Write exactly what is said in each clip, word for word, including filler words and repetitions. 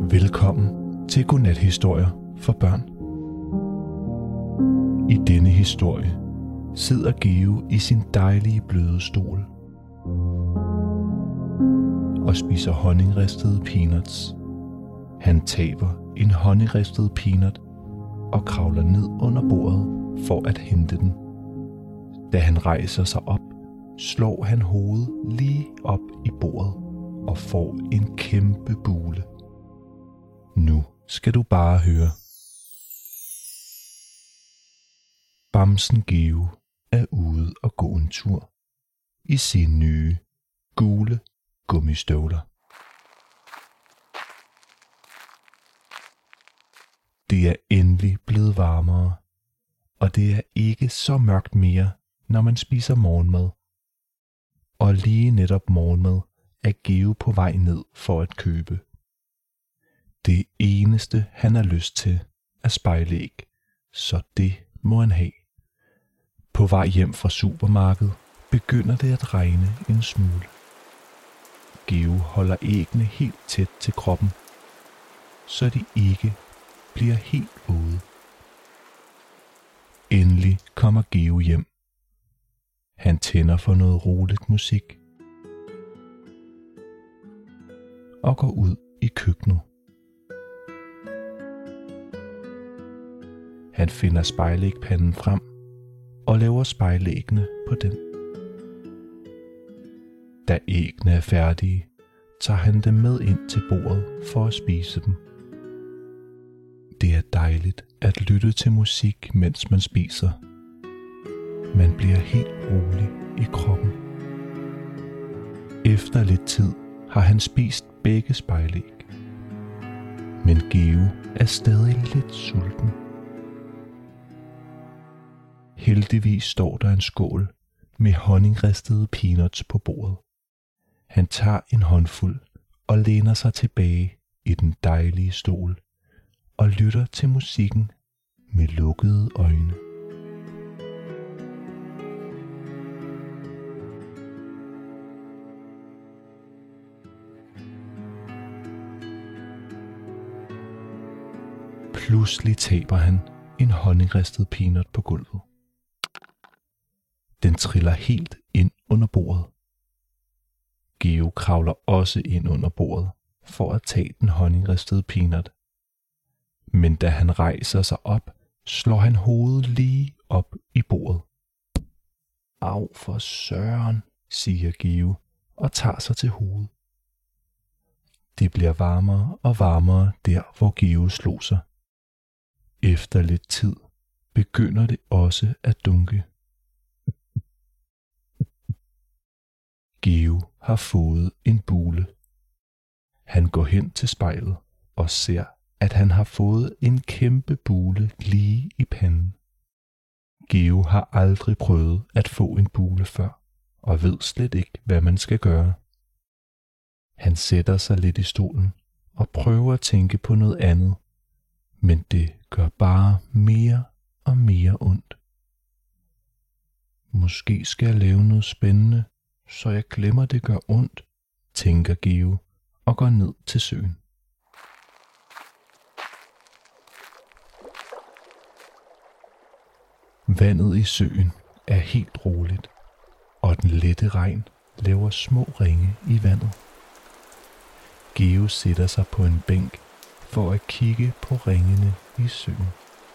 Velkommen til Godnathistorier for børn. I denne historie sidder Geo i sin dejlige bløde stol og spiser honningristede peanuts. Han taber en honningristet peanut og kravler ned under bordet for at hente den. Da han rejser sig op, slår han hovedet lige op i bordet og får en kæmpe bule. Nu skal du bare høre. Bamsen Geo er ude og gå en tur i sine nye gule gummistøvler. Det er endelig blevet varmere, og det er ikke så mørkt mere, når man spiser morgenmad. Og lige netop morgenmad er Geo på vej ned for at købe. Det eneste han har lyst til er spejlæg, så det må han have. På vej hjem fra supermarkedet begynder det at regne en smule. Geo holder æggene helt tæt til kroppen, så de ikke bliver helt våde. Endelig kommer Geo hjem. Han tænder for noget roligt musik og går ud i køkkenet. Han finder spejlægpanden frem og laver spejlæggene på den. Da æggene er færdige, tager han dem med ind til bordet for at spise dem. Det er dejligt at lytte til musik, mens man spiser. Man bliver helt rolig i kroppen. Efter lidt tid har han spist begge spejlæg. Men Geo er stadig lidt sulten. Heldigvis står der en skål med honningristede peanuts på bordet. Han tager en håndfuld og læner sig tilbage i den dejlige stol og lytter til musikken med lukkede øjne. Pludselig taber han en honningristet peanut på gulvet. Den triller helt ind under bordet. Geo kravler også ind under bordet for at tage den honningristede peanut. Men da han rejser sig op, slår han hovedet lige op i bordet. Au for søren, siger Geo og tager sig til hovedet. Det bliver varmere og varmere der, hvor Geo slog sig. Efter lidt tid begynder det også at dunke. Geo har fået en bule. Han går hen til spejlet og ser, at han har fået en kæmpe bule lige i panden. Geo har aldrig prøvet at få en bule før, og ved slet ikke, hvad man skal gøre. Han sætter sig lidt i stolen og prøver at tænke på noget andet, men det gør bare mere og mere ondt. Måske skal jeg lave noget spændende, så jeg glemmer det gør ondt, tænker Geo og går ned til søen. Vandet i søen er helt roligt, og den lette regn laver små ringe i vandet. Geo sætter sig på en bænk for at kigge på ringene i søen.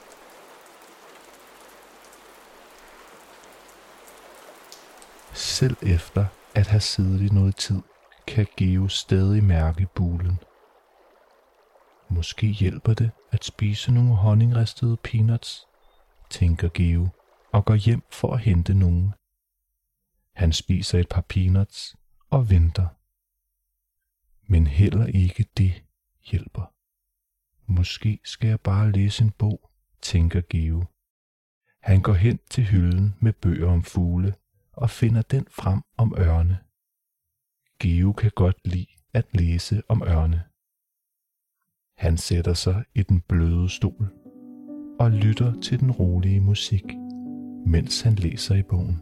Selv efter at have siddet i noget tid, kan Geo stadig mærke bulen. Måske hjælper det at spise nogle honningristede peanuts, tænker Geo og går hjem for at hente nogle. Han spiser et par peanuts og venter. Men heller ikke det hjælper. Måske skal jeg bare læse en bog, tænker Geo. Han går hen til hylden med bøger om fugle og finder den frem om ørne. Geo kan godt lide at læse om ørne. Han sætter sig i den bløde stol og lytter til den rolige musik, mens han læser i bogen.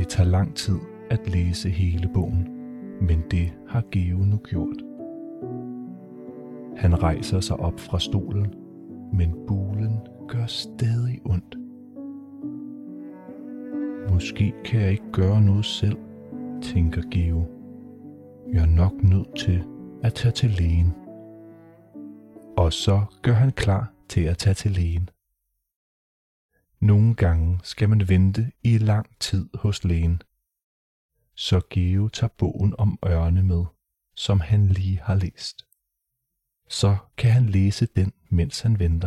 det tager lang tid at læse hele bogen, men det har Geo nu gjort. Han rejser sig op fra stolen, men bulen gør stadig ondt. Måske kan jeg ikke gøre noget selv, tænker Geo. Jeg er nok nødt til at tage til lægen. Og så gør han klar til at tage til lægen. Nogle gange skal man vente i lang tid hos lægen. Så Geo tager bogen om ørne med, som han lige har læst. Så kan han læse den, mens han venter.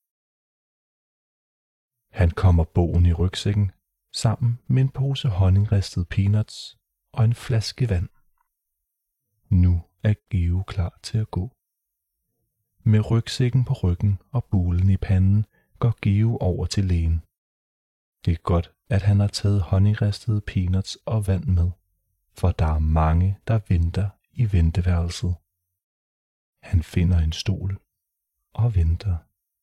Han kommer bogen i rygsækken, sammen med en pose honningristede peanuts og en flaske vand. Nu er Geo klar til at gå. Med rygsækken på ryggen og bulen i panden går Geo over til lægen. Det er godt, at han har taget honningristede peanuts og vand med, for der er mange, der venter i venteværelset. Han finder en stol og venter.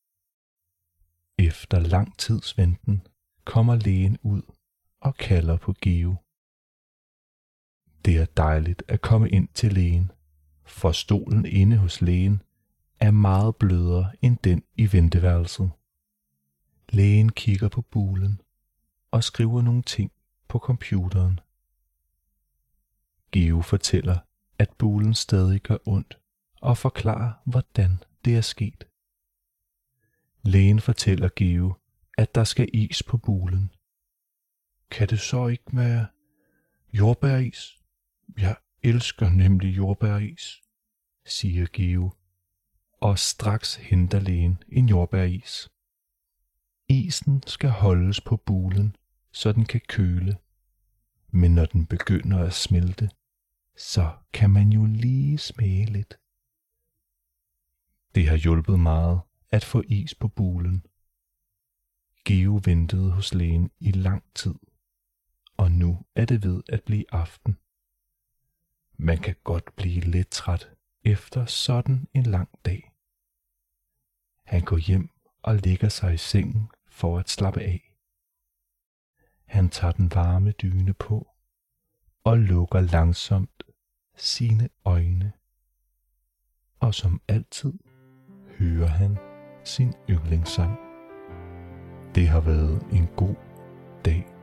Efter lang tids venten kommer lægen ud og kalder på Geo. Det er dejligt at komme ind til lægen, for stolen inde hos lægen er meget blødere end den i venteværelset. Lægen kigger på bulen og skriver nogle ting på computeren. Geo fortæller, at bulen stadig gør ondt, og forklarer, hvordan det er sket. Lægen fortæller Geo, at der skal is på bulen. Kan det så ikke være jordbæris? Jeg elsker nemlig jordbæris, siger Geo, og straks henter lægen en jordbæris. Isen skal holdes på bulen, så den kan køle, men når den begynder at smelte, så kan man jo lige smage lidt. Det har hjulpet meget at få is på bulen. Geo ventede hos lægen i lang tid, og nu er det ved at blive aften. Man kan godt blive lidt træt efter sådan en lang dag. Han går hjem og lægger sig i sengen for at slappe af. Han tager den varme dyne på og lukker langsomt sine øjne. Og som altid hører han sin yndlingssang. Det har været en god dag.